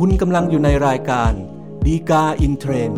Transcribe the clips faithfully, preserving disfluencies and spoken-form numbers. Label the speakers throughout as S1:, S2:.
S1: คุณกำลังอยู่ในรายการดีกาอินเทรนด์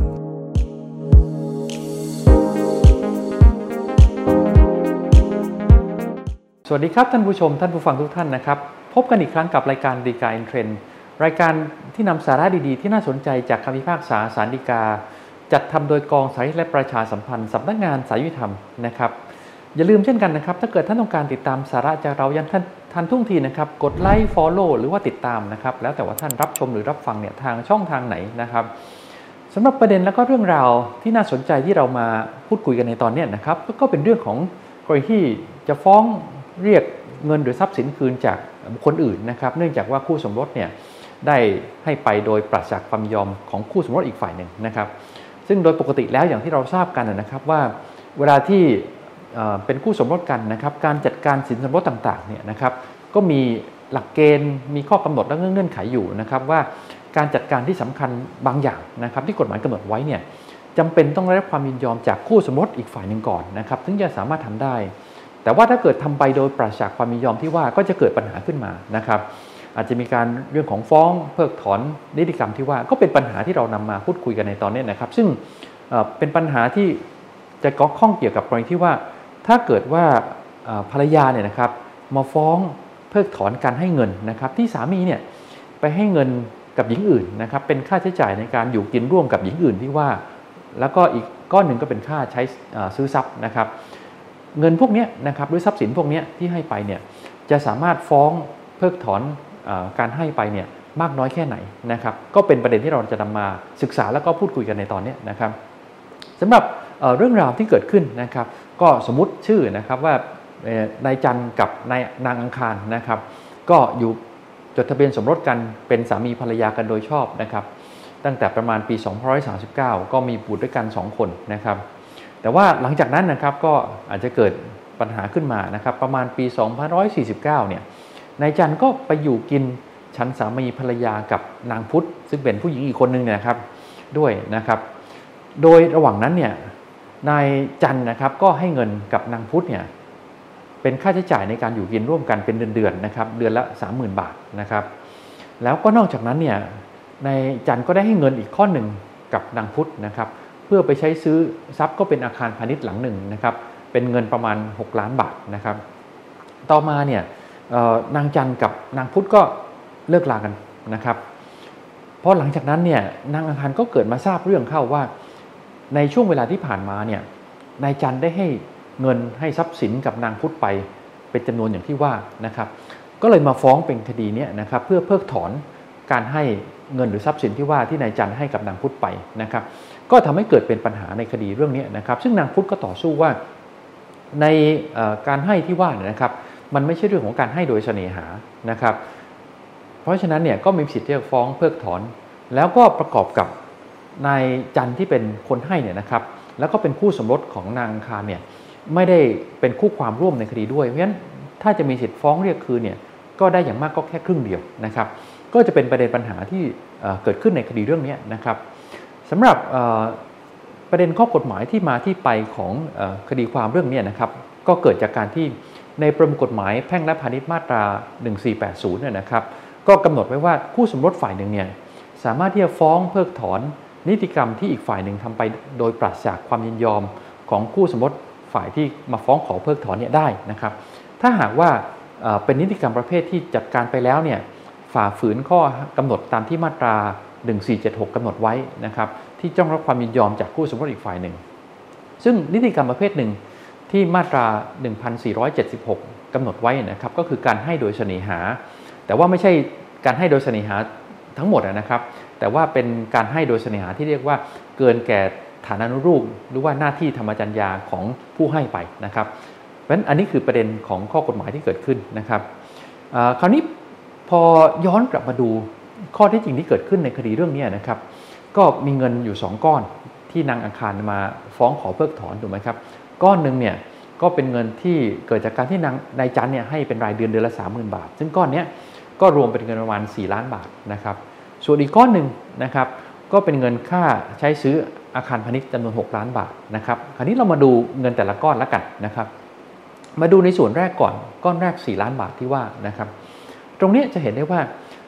S2: สวัสดีครับท่านผู้ชมท่านผู้ฟังทุกท่านนะครับพบกันอีกครั้งกับรายการดีกาอินเทรนด์รายการที่นำสาระดีๆที่น่าสนใจจากคำพิพากษาศาลฎีกาจัดทำโดยกองสาธิตและประชาสัมพันธ์สำนักงานศาลยุติธรรมนะครับอย่าลืมเช่นกันนะครับถ้าเกิดท่านต้องการติดตามสาระจากเรายังท่านทันท่วงทีนะครับกดไลค์ follow หรือว่าติดตามนะครับแล้วแต่ว่าท่านรับชมหรือรับฟังเนี่ยทางช่องทางไหนนะครับสำหรับประเด็นและก็เรื่องราวที่น่าสนใจที่เรามาพูดคุยกันในตอนนี้นะครับก็เป็นเรื่องของกรณีที่จะฟ้องเรียกเงินหรือทรัพย์สินคืนจากบุคคลอื่นนะครับเนื่องจากว่าคู่สมรสเนี่ยได้ให้ไปโดยปราศจากความยอมของคู่สมรสอีกฝ่ายหนึ่งนะครับซึ่งโดยปกติแล้วอย่างที่เราทราบกันนะครับว่าเวลาที่เป็นคู่สมรสกันนะครับการจัดการสินสมรสต่างๆเนี่ยนะครับก็มีหลักเกณฑ์มีข้อกำหนดและเงื่อนไขอยู่นะครับว่าการจัดการที่สำคัญบางอย่างนะครับที่กฎหมายกำหนดไว้เนี่ยจำเป็นต้องได้รับความยินยอมจากคู่สมรสอีกฝ่ายหนึ่งก่อนนะครับถึงจะสามารถทำได้แต่ว่าถ้าเกิดทำไปโดยปราศจากความยินยอมที่ว่าก็จะเกิดปัญหาขึ้นมานะครับอาจจะมีการเรื่องของฟ้องเพิกถอนนิติกรรมที่ว่าก็เป็นปัญหาที่เรานำมาพูดคุยกันในตอนนี้นะครับซึ่งเป็นปัญหาที่จะเกี่ยวข้องเกี่ยวกับกรณีที่ว่าถ้าเกิดว่าภรรยาเนี่ยนะครับมาฟ้องเพิกถอนการให้เงินนะครับที่สามีเนี่ยไปให้เงินกับหญิงอื่นนะครับเป็นค่าใช้จ่ายในการอยู่กินร่วมกับหญิงอื่นที่ว่าแล้วก็อีกก้อนหนึ่งก็เป็นค่าใช้ซื้อทรัพย์นะครับเงินพวกนี้นะครับหรือทรัพย์สินพวกนี้ที่ให้ไปเนี่ยจะสามารถฟ้องเพิกถอนการให้ไปเนี่ยมากน้อยแค่ไหนนะครับก็เป็นประเด็นที่เราจะนำมาศึกษาแล้วก็พูดคุยกันในตอนนี้นะครับสำหรับเรื่องราวที่เกิดขึ้นนะครับก็สมมุติชื่อนะครับว่านายจันทร์กับนายนางอังคารนะครับก็อยู่จดทะเบียนสมรสกันเป็นสามีภรรยากันโดยชอบนะครับตั้งแต่ประมาณปีสองพันห้าร้อยสามสิบเก้าก็มีบุตรด้วยกันสองคนนะครับแต่ว่าหลังจากนั้นนะครับก็อาจจะเกิดปัญหาขึ้นมานะครับประมาณปีสองพันห้าร้อยสี่สิบเก้าเนี่ยนายจันทร์ก็ไปอยู่กินฉันสามีภรรยากับนางพุทธซึ่งเป็นผู้หญิงอีกคนนึงนะครับด้วยนะครับโดยระหว่างนั้นเนี่ยนายจันทร์นะครับก็ให้เงินกับนางพุทธเนี่ยเป็นค่าใช้จ่ายในการอยู่กินร่วมกันเป็นเดือนๆนะครับเดือนละ สามหมื่น บาทนะครับแล้วก็นอกจากนั้นเนี่ยนายจันทร์ก็ได้ให้เงินอีกข้อหนึ่งกับนางพุทธนะครับเพื่อไปใช้ซื้อทรัพย์ก็เป็นอาคารพาณิชย์หลังหนึ่งนะครับเป็นเงินประมาณหกล้านบาทนะครับต่อมาเนี่ยนางจันทร์กับนางพุทธก็เลิกลากันนะครับเพราะหลังจากนั้นเนี่ยนางอังคารก็เกิดมาทราบเรื่องเข้าว่าในช่วงเวลาที่ผ่านมาเนี่ยนายจันทร์ได้ให้เงินให้ทรัพย์สินกับนางพุทธไปเป็นจำนวนอย่างที่ว่านะครับก็เลยมาฟ้องเป็นคดีนี้นะครับเพื่อเพิกถอนการให้เงินหรือทรัพย์สินที่ว่าที่นายจันทร์ให้กับนางพุทธไปนะครับก็ทำให้เกิดเป็นปัญหาในคดีเรื่องนี้นะครับซึ่งนางพุทธก็ต่อสู้ว่าในการให้ที่ว่านะครับมันไม่ใช่เรื่องของการให้โดยเสน่หานะครับเพราะฉะนั้นเนี่ยก็มีสิทธิ์ที่จะฟ้องเพิกถอนแล้วก็ประกอบกับนายจันทร์ที่เป็นคนให้เนี่ยนะครับแล้วก็เป็นคู่สมรสของนางอังคารเนี่ยไม่ได้เป็นคู่ความร่วมในคดีด้วยเพราะฉะนั้นถ้าจะมีสิทธิ์ฟ้องเรียกคืนเนี่ยก็ได้อย่างมากก็แค่ครึ่งเดียวนะครับก็จะเป็นประเด็นปัญหาที่เกิดขึ้นในคดีเรื่องนี้นะครับสำหรับประเด็นข้อกฎหมายที่มาที่ไปของคดีความเรื่องนี้นะครับก็เกิดจากการที่ในประมวลกฎหมายแพ่งและพาณิชย์มาตราหนึ่งสี่แปดศูนย์เนี่ยนะครับก็กำหนดไว้ว่าคู่สมรสฝ่ายหนึ่งเนี่ยสามารถที่จะฟ้องเพิกถอนนิติกรรมที่อีกฝ่ายหนึ่งทำไปโดยปราศจากความยินยอมของคู่สมรสฝ่ายที่มาฟ้องขอเพิกถอนเนี่ยได้นะครับถ้าหากว่าเป็นนิติกรรมประเภทที่จัดการไปแล้วเนี่ยฝ่าฝืนข้อกำหนดตามที่มาตราหนึ่งสี่เจ็ดหกกำหนดไว้นะครับที่ต้องรับความยินยอมจากคู่สมรสอีกฝ่ายหนึ่งซึ่งนิติกรรมประเภทหนึ่งที่มาตราหนึ่งพันสี่ร้อยเจ็ดสิบหกกำหนดไว้นะครับก็คือการให้โดยเสน่หาแต่ว่าไม่ใช่การให้โดยเสน่หาทั้งหมดนะครับแต่ว่าเป็นการให้โดยเสน่หาที่เรียกว่าเกินแก่ฐานานุรูปหรือว่าหน้าที่ธรรมจรรยาของผู้ให้ไปนะครับเพราะฉะนั้นอันนี้คือประเด็นของข้อกฎหมายที่เกิดขึ้นนะครับคราวนี้พอย้อนกลับมาดูข้อเท็จจริงที่เกิดขึ้นในคดีเรื่องนี้นะครับก็มีเงินอยู่สองก้อนที่นางอังคารมาฟ้องขอเพิกถอนถูกไหมครับก้อนหนึ่งเนี่ยก็เป็นเงินที่เกิดจากการที่นางนายจันทร์เนี่ยให้เป็นรายเดือนเดือนละ สามหมื่น บาทซึ่งก้อนนี้ก็รวมเป็นเงินประมาณสี่ล้านบาทนะครับส่วนอีกก้อนหนึ่งนะครับก็เป็นเงินค่าใช้ซื้ออาคารพาณิชย์จำนวนหกล้านบาทนะครับคราวนี้เรามาดูเงินแต่ละก้อนแล้วกันนะครับมาดูในส่วนแรกก่อนก้อนแรกสี่ล้านบาทที่ว่านะครับตรงนี้จะเห็นได้ว่า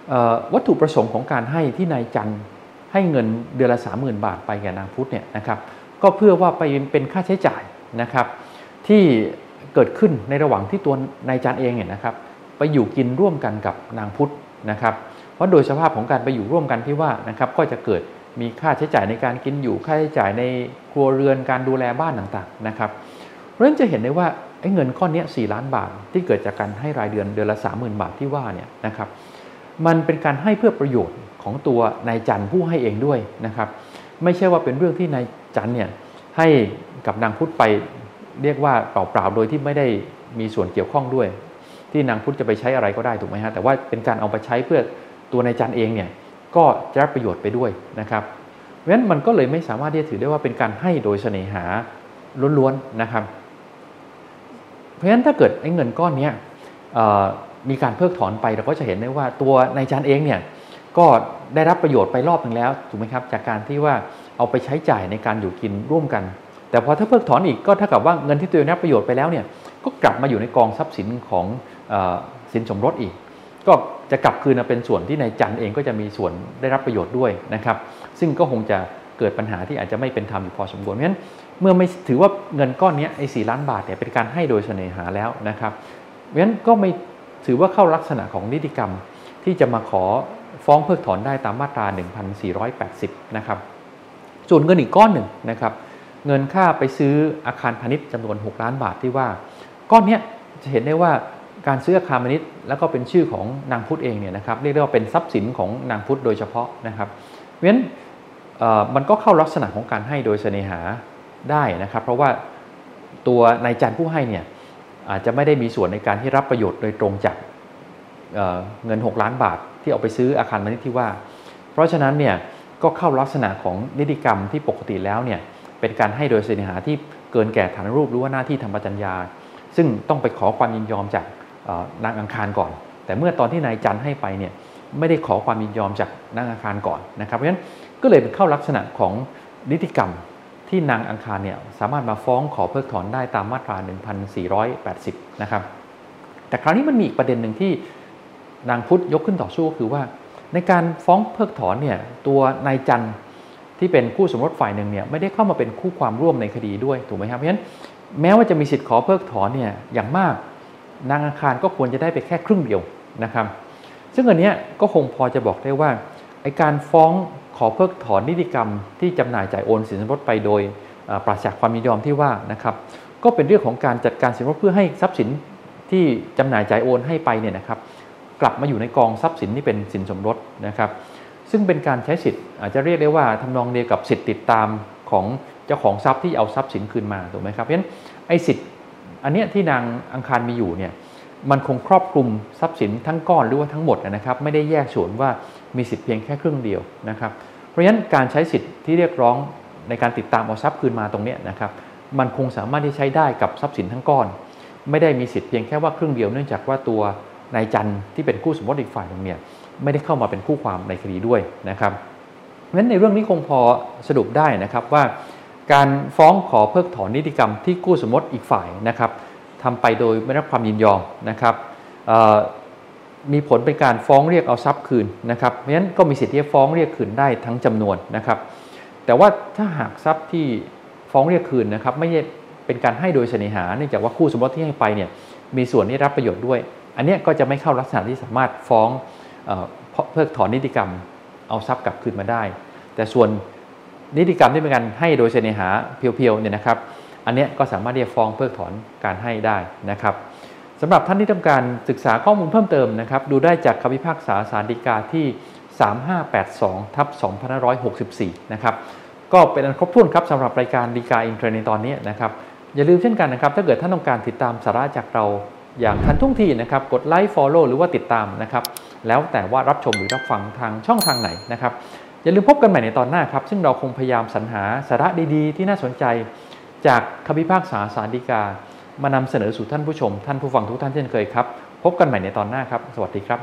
S2: วัตถุประสงค์ของการให้ที่นายจันให้เงินเดือนละ สามหมื่น บาทไปแก่นางพุทธเนี่ยนะครับก็เพื่อว่าไปเป็นค่าใช้จ่ายนะครับที่เกิดขึ้นในระหว่างที่ตัวนายจันเองเนี่ยนะครับไปอยู่กินร่วมกันกับนางพุทธนะครับเพราะโดยสภาพของการไปอยู่ร่วมกันที่ว่านะครับก็จะเกิดมีค่าใช้จ่ายในการกินอยู่ค่าใช้จ่ายในครัวเรือนการดูแลบ้านต่างๆนะครับเพราะฉะนั้นจะเห็นได้ว่าไอ้เงินก้อนนี้สี่ล้านบาทที่เกิดจากการให้รายเดือนเดือนละ สามหมื่น บาทที่ว่าเนี่ยนะครับมันเป็นการให้เพื่อประโยชน์ของตัวนายจันผู้ให้เองด้วยนะครับไม่ใช่ว่าเป็นเรื่องที่นายจันเนี่ยให้กับนางพุทธไปเรียกว่าเปล่าๆโดยที่ไม่ได้มีส่วนเกี่ยวข้องด้วยที่นางพุทธจะไปใช้อะไรก็ได้ถูกไหมฮะแต่ว่าเป็นการเอาไปใช้เพื่อตัวนายจันเองเนี่ยก็จะรับประโยชน์ไปด้วยนะครับเพราะฉะนั้นมันก็เลยไม่สามารถที่จะถือได้ว่าเป็นการให้โดยเสน่หาล้วนๆนะครับเพราะฉะนั้นถ้าเกิดไอ้เงินก้อนนี้มีการเพิกถอนไปเราก็จะเห็นได้ว่าตัวนายจันเองเนี่ยก็ได้รับประโยชน์ไปรอบนึงแล้วถูกไหมครับจากการที่ว่าเอาไปใช้จ่ายในการอยู่กินร่วมกันแต่พอถ้าเพิกถอนอีกก็เท่ากับว่าเงินที่ตัวเองได้ประโยชน์ไปแล้วเนี่ยก็กลับมาอยู่ในกองทรัพย์สินของสินสมรสอีกก็จะกลับคืนมาเป็นส่วนที่นายจันเองก็จะมีส่วนได้รับประโยชน์ด้วยนะครับซึ่งก็คงจะเกิดปัญหาที่อาจจะไม่เป็นธรรมอยู่พอสมควรเพราะฉะนั้นเมื่อไม่ถือว่าเงินก้อนนี้ไอ้สี่ล้านบาทเนี่ยเป็นการให้โดยเสน่หาแล้วนะครับเพราะฉะนั้นก็ไม่ถือว่าเข้าลักษณะของนิติกรรมที่จะมาขอฟ้องเพิกถอนได้ตามมาตราหนึ่งพันสี่ร้อยแปดสิบนะครับส่วนเงินอีกก้อนหนึ่งนะครับเงินค่าไปซื้ออาคารพาณิชย์จำนวนหกล้านบาทที่ว่าก้อนนี้จะเห็นได้ว่าการซื้ออาคารพาณิชย์แล้วก็เป็นชื่อของนางพุทธเองเนี่ยนะครับเรียกได้ว่าเป็นทรัพย์สินของนางพุทธโดยเฉพาะนะครับเพราะฉะนั้นมันก็เข้าลักษณะของการให้โดยเสน่หาได้นะครับเพราะว่าตัวนายจันผู้ให้เนี่ยอาจจะไม่ได้มีส่วนในการที่รับประโยชน์โดยตรงจาก เ, เงินหกล้านบาทที่เอาไปซื้ออาคารพาณิชย์ที่ว่าเพราะฉะนั้นเนี่ยก็เข้าลักษณะของนิติกรรมที่ปกติแล้วเนี่ยเป็นการให้โดยเสน่หาที่เกินแก่ฐานรูปหรือว่าหน้าที่ธรรมจัญญาซึ่งต้องไปขอความยินยอมจากนางอังคารก่อนแต่เมื่อตอนที่นายจันให้ไปเนี่ยไม่ได้ขอความยินยอมจากนางอังคารก่อนนะครับเพราะฉะนั้นก็เลยเป็นเข้าลักษณะของนิติกรรมที่นางอังคารเนี่ยสามารถมาฟ้องขอเพิกถอนได้ตามมาตราหนึ่งพันสี่ร้อยแปดสิบนะครับแต่คราวนี้มันมีอีกประเด็นหนึ่งที่นางพุทธยกขึ้นต่อสู้ก็คือว่าในการฟ้องเพิกถอนเนี่ยตัวนายจันที่เป็นคู่สมรสฝ่ายหนึ่งเนี่ยไม่ได้เข้ามาเป็นคู่ความร่วมในคดีด้วยถูกไหมครับเพราะฉะนั้นแม้ว่าจะมีสิทธิ์ขอเพิกถอนเนี่ยอย่างมากนางอังคารก็ควรจะได้ไปแค่ครึ่งเดียวนะครับซึ่งอันนี้ก็คงพอจะบอกได้ว่าไอ้การฟ้องขอเพิกถอนนิติกรรมที่จำหน่ายจ่ายโอนสินสมรสไปโดยปราศจากความยินยอมที่ว่านะครับก็เป็นเรื่องของการจัดการสินสมรสเพื่อให้ทรัพย์สินที่จำหน่ายจ่ายโอนให้ไปเนี่ยนะครับกลับมาอยู่ในกองทรัพย์สินที่เป็นสินสมรสนะครับซึ่งเป็นการใช้สิทธิ์อาจจะเรียกได้ว่าทำนองเดียวกับสิทธิ์ติดตามของเจ้าของทรัพย์ที่เอาทรัพย์สินคืนมาถูกไหมครับเพราะฉะนั้นไอ้สิทธิ์อันนี้ที่นางอังคารมีอยู่เนี่ยมันคงครอบคลุมทรัพย์สินทั้งก้อนหรือว่าทั้งหมดนะครับไม่ได้แยกส่วนว่ามีสิทธิ์เพียงแค่ครึ่งเดียวนะครับเพราะฉะนั้นการใช้สิทธิ์ที่เรียกร้องในการติดตามเอาทรัพย์คืนมาตรงนี้นะครับมันคงสามารถที่ใช้ได้กับทรัพย์สินทั้งก้อนไม่ได้มีสิทธิ์เพียงแค่ว่าครึ่งเดียวเนื่องจากว่าตัวนายจันที่เป็นคู่สมรสอีกฝ่ายนึงเนี่ยไม่ได้เข้ามาเป็นคู่ความในคดีด้วยนะครับเพราะฉะนั้นในเรื่องนี้คงพอสรุปได้นะครับว่าการฟ้องขอเพิกถอนนิติกรรมที่คู่สมรสอีกฝ่ายนะครับทำไปโดยไม่ได้รับความยินยอมนะครับมีผลเป็นการฟ้องเรียกเอาทรัพย์คืนนะครับเพราะฉะนั้นก็มีสิทธิ์ที่จะฟ้องเรียกคืนได้ทั้งจำนวนนะครับแต่ว่าถ้าหากทรัพย์ที่ฟ้องเรียกคืนนะครับไม่ใช่เป็นการให้โดยเสน่หาเนื่องจากว่าคู่สมรสที่ให้ไปเนี่ยมีส่วนที่รับประโยชน์ด้วยอันนี้ก็จะไม่เข้าลักษณะที่สามารถฟ้องเพิกถอนนิติกรรมเอาทรัพย์กลับคืนมาได้แต่ส่วนนิติกรรมที่เป็นการให้โดยเสน่หาเพียวๆเนี่ยนะครับอันนี้ก็สามารถที่จะฟ้องเพิกถอนการให้ได้นะครับสำหรับท่านที่ต้องการศึกษาข้อมูลเพิ่มเติมนะครับดูได้จากคำพิพากษาศาลฎีกาที่สามห้าแปดสองทับสองพันห้าร้อยหกสิบสี่นะครับก็เป็นอันครบถ้วนครับสำหรับรายการฎีกาอินเทรนด์ในตอนนี้นะครับอย่าลืมเช่นกันนะครับถ้าเกิดท่านต้องการติดตามสาระจากเราอย่างทันท่วงทีนะครับกดไลค์ Follow หรือว่าติดตามนะครับแล้วแต่ว่ารับชมหรือรับฟังทางช่องทางไหนนะครับอย่าลืมพบกันใหม่ในตอนหน้าครับซึ่งเราคงพยายามสรรหาสาระดีๆที่น่าสนใจจากคำพิพากษาศาลฎีกามานำเสนอสู่ท่านผู้ชมท่านผู้ฟังทุกท่านเช่นเคยครับพบกันใหม่ในตอนหน้าครับสวัสดีครับ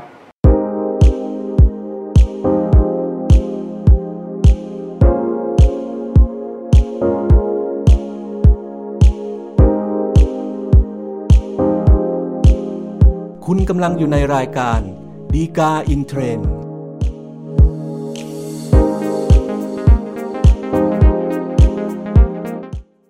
S1: คุณกำลังอยู่ในรายการฎีกาอินเทรนด์